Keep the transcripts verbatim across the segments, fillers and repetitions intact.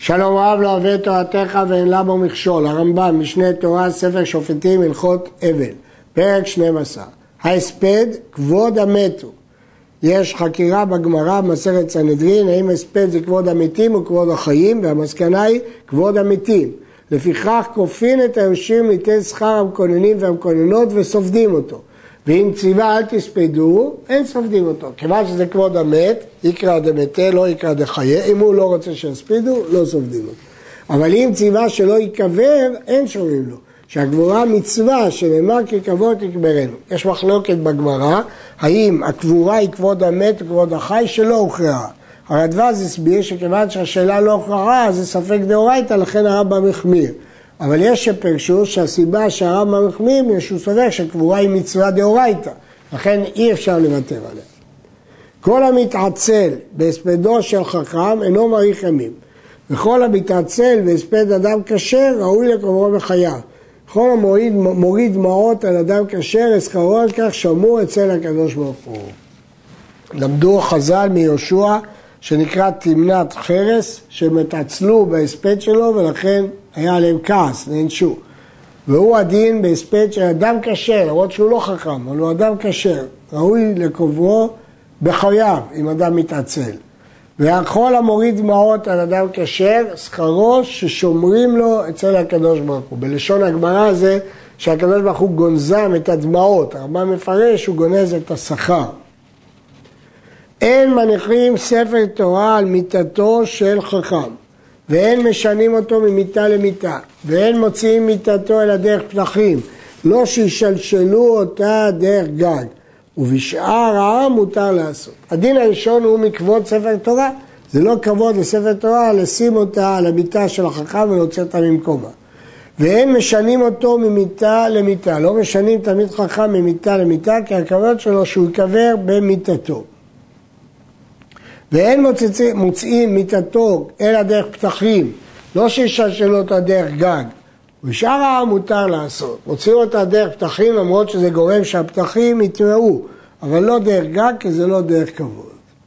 שלום רב לא אוהב את תורתך ואין לה בו מכשול. הרמב"ם, משנה תורה, ספר שופטים, הלכות אבל, פרק שנים עשר. ההספד, כבוד המתו. יש חקירה בגמרא במסכת סנהדרין, האם הספד זה כבוד המתים או כבוד החיים, והמסקנה היא כבוד המתים. לפיכך כופין את היורשים ליתן שכר המקוננים והמקוננות וסופדים אותו. ואם ציווה אל תספדו, אין סופדים אותו. כיוון שזה כבוד המת, יקרא דמתה, לא יקרא דחיה. אם הוא לא רוצה שיספידו, לא סופדים אותו. אבל אם ציווה שלא יקבר, אין שומעים לו. שהגבורה מצווה שנאמר כי כבוד תקברנו. יש מחלוקת בגמרא, האם הקבורה היא כבוד המת או כבוד החי שלא הוכרעה. הרדב"ז הסביר שכיוון שהשאלה לא הוכרעה, אז זה ספק דאורייתא, לכן הרמב"ם החמיר. אבל יש שפרשו שהסיבה שהרמב"ם מחמיר, שהוא סובר שקבורה היא מצווה דאורייתא, לכן אי אפשר לוותר עליה. כל המתעצל בהספדו של חכם אינו מאריך ימים, וכל המתעצל בהספד אדם כשר ראוי לקברו בחייו. כל המוריד מוריד דמעות על אדם כשר, שכרו על כך שמור אצל הקדוש ברוך הוא. למדו חז"ל מיהושע שנקרא תמנת חרס, שמתעצלו בהספד שלו ולכן היה עליהם כעס, נענשו. והוא הדין בהספד של אדם כשר, למרות שהוא לא חכם, אבל הוא אדם כשר, ראוי לקוברו בחייו אם אדם מתעצל. והכל המוריד דמעות על אדם כשר, שכרו ששומרים לו אצל הקדוש ברוך הוא. בלשון הגמרא זה שהקדוש ברוך הוא גונזם את הדמעות, הרמב"ם מפרש הוא גונז את השכר. אין מניחים ספר תורה על מיתתו של חכם, ואין משנים אותו ממיתה למיתה, ואין מוציאים מיתתו אל הדרך פתחים, לא שישלשלו אותה דרך גג, ובשאר העם מותר לעשות. הדין הראשון הוא מכבוד ספר תורה, זה לא כבוד לספר תורה לשים אותה על המיתה של החכם ולהוציא אותה ממקומה. ואין משנים אותו ממיתה למיתה, לא משנים תמיד חכם ממיתה למיתה, כי הכבוד שלו שהוא יקבר במיתתו. ואין מוצאים, מוצאים מיתתו אל הדרך פתחים, לא שישלשלו אותה דרך גג, ושאר העם מותר לעשות. מוצאים אותה דרך פתחים למרות שזה גורם שהפתחים יתראו, אבל לא דרך גג כי זה לא דרך כבוד.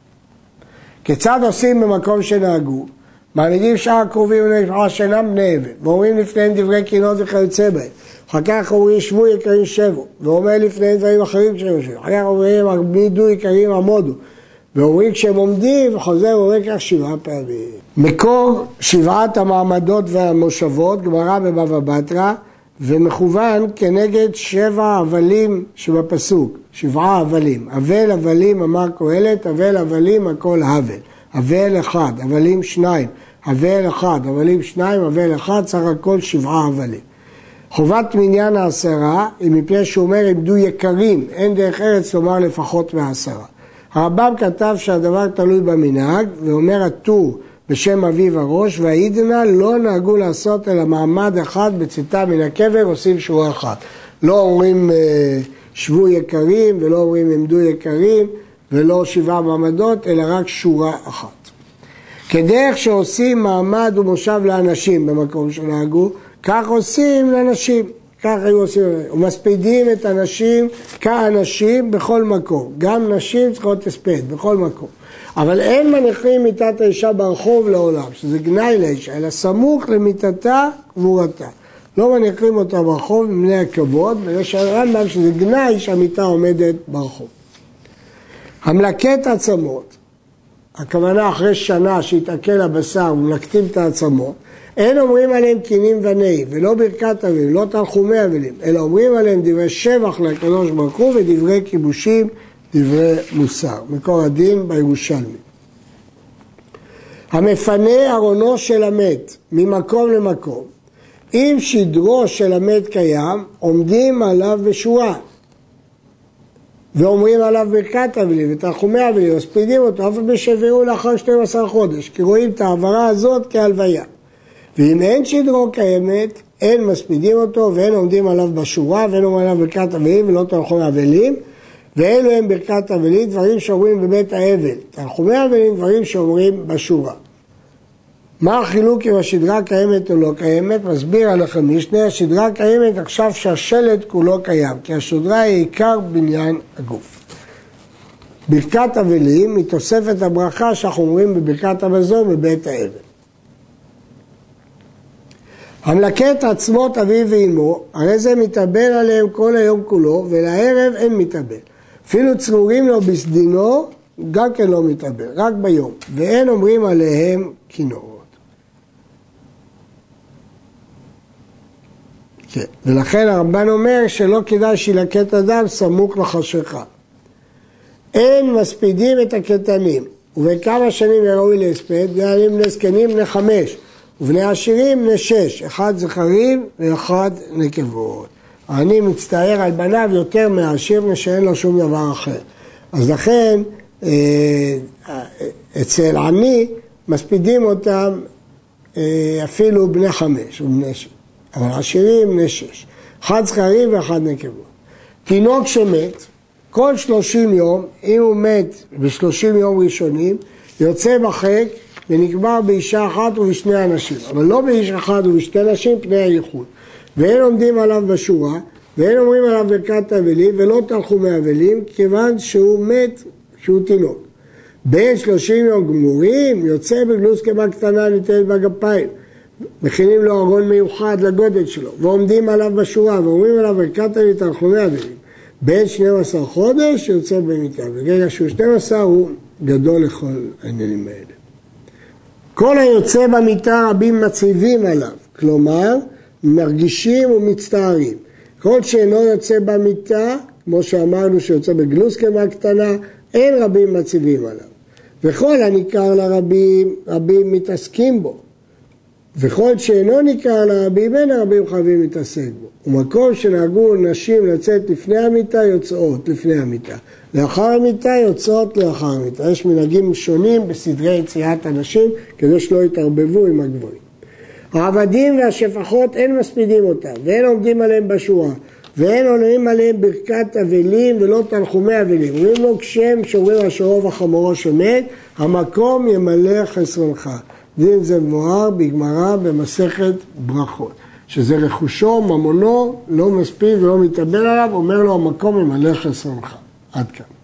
כיצד עושים במקום שנהגו? מעמידים שאר הקרובים ולמשפחה שאינם בני אבל, ואומרים לפניהם דברי קינות וכיוצא בהם. אחר כך אומרים שבו יקרים שבו, ואומר לפניהם דברים אחרים כשהם שבו. אחר כך אומרים עמידו יקרים עמודו. ואומרים כשהם עומדים וחוזר ואומרים כך שבעה פעמים. מקור שבעת המעמדות והמושבות, גמרא בבבא בתרא, ומכוון כנגד שבע הבלים שבפסוק, שבעה הבלים. אבל הבלים אמר קהלת, אבל הבלים הכל הבל. אבל אחד, הבלים שניים, אבל אחד, הבלים שניים, אבל אחד, סך הכל שבעה הבלים. חובת מניין העשרה היא מפני שהוא אומר עמדו יקרים, אין דרך ארץ לומר לפחות מהעשרה. הרמב"ם כתב שהדבר תלוי במנהג, ואומר הטור בשם אביו הראש, והעידנא לא נהגו לעשות אלא מעמד אחד בצאתה מן הקבר, עושים שורה אחת. לא אומרים שבו יקרים, ולא אומרים עמדו יקרים, ולא שבעה מעמדות, אלא רק שורה אחת. כדרך שעושים מעמד ומושב לאנשים במקום שנהגו, כך עושים לאנשים. כך היו עושים, ומספידים את הנשים כאנשים בכל מקום. גם נשים צריכות הספד, בכל מקום. אבל אין מניחים מיתת האישה ברחוב לעולם, שזה גנאי לאישה, אלא סמוך למיתתה קבורתה. לא מניחים אותה ברחוב מבני הכבוד, ויש הרמב"ם שזה גנאי שהמיתה עומדת ברחוב. המלקט עצמות, הכוונה אחרי שנה שהתעכל הבשר ומלקטים את העצמות, אין אומרים עליהם קינים ונאי, ולא ברכת אביב, לא תנחומי אבלים, אלא אומרים עליהם דברי שבח לקדוש ברוך הוא ודברי כיבושים, דברי מוסר. מקור הדין בירושלמי. המפנה ארונו של המת ממקום למקום, אם שדרו של המת קיים, עומדים עליו בשורה, ואומרים עליו ברכת אבלים ותנחומי אבלים, מספידים אותו, אף בשבעו לאחר שנים עשר חודש, כי רואים את העברה הזאת כהלוויה. ואם אין שדרו קיימת, אין מספידים אותו ואין עומדים עליו בשורה ואין אומרים עליו ברכת אבלים ולא תנחומי אבלים, ואלו הם ברכת אבלים, דברים שאומרים בבית האבל. תנחומי אבלים, דברים שאומרים בשורה. מה החילוק אם השדרה קיימת או לא קיימת? מסביר עליכם משנה, השדרה קיימת עכשיו שהשלט כולו קיים, כי השדרה היא עיקר בניין הגוף. ברכת אבלים היא תוספת הברכה שאנחנו אומרים בברכת המזון בבית האבל. המלקט עצמות אביו ואמו, הרי זה מתאבל עליהם כל היום כולו, ולערב אין מתאבל. אפילו צרורים לו בסדינו, גם כן לא מתאבל, רק ביום. ואין אומרים עליהם כינורות. כן. ולכן הרמב"ן אומר שלא כדאי שילקט אדם סמוך לחשיכה. אין מספידים את הקטנים, ובכמה שנים יראוי להספד, גאים בני זקנים בני חמש, ובני עשירים בני שש, אחד זכרים ואחד נקבות. אני מצטער על בניו יותר מהעשיר ושאין לו שום דבר אחר. אז לכן, אצל עני מספידים אותם אפילו בני חמש ובני שש, אבל עשירים בני שש, אחד זכרים ואחד נקבות. תינוק שמת, כל שלושים יום, אם הוא מת בשלושים יום ראשונים, יוצא בחק ונקבר באישה אחת ובשני אנשים, אבל לא באיש אחד ובשתי נשים פני הייחוד. ואין עומדים עליו בשורה, ואין אומרים עליו ברכת אבלים, ולא תנחומי אבלים, כיוון שהוא מת, שהוא תינוק. בין שלושים יום גמורים, יוצא בגלוסקמה קטנה ניתנת בגפיים, מכינים לו ארון מיוחד לגודל שלו, ועומדים עליו בשורה, ואומרים עליו ברכת אבלים תנחומי אבלים. בין שנים עשר חודש יוצא במיטה, ברגע שהוא שנים עשר הוא גדול לכל העניינים האלה. כל היוצא במיטה רבים מציבים עליו, כלומר מרגישים ומצטערים. כל שאינו יוצא במיטה, כמו שאמרנו שיוצא בגלוסקמה קטנה, אין רבים מציבים עליו. וכל הניכר לרבים, רבים מתעסקים בו. וכל שאינו ניכר לרבים, אין הרבים חייבים להתעסק בו. ומקום שנהגו נשים לצאת לפני המיטה, יוצאות לפני המיטה. לאחר המיטה, יוצאות לאחר המיטה. יש מנהגים שונים בסדרי יציאת הנשים, כדי שלא יתערבבו עם הגבוהים. העבדים והשפחות אין מספידים אותם, ואין עומדים עליהם בשורה, ואין עונים עליהם ברכת אבלים ולא תנחומי אבלים. אומרים לו כשם שאומרים אשרו וחמורו שמת, המקום ימלא חסרונך. דין זה מבואר בגמרא במסכת ברכות, שזה רכושו, ממונו, לא מספיד ולא מתאבל עליו, אומר לו המקום ימלא חסרונך. עד כאן.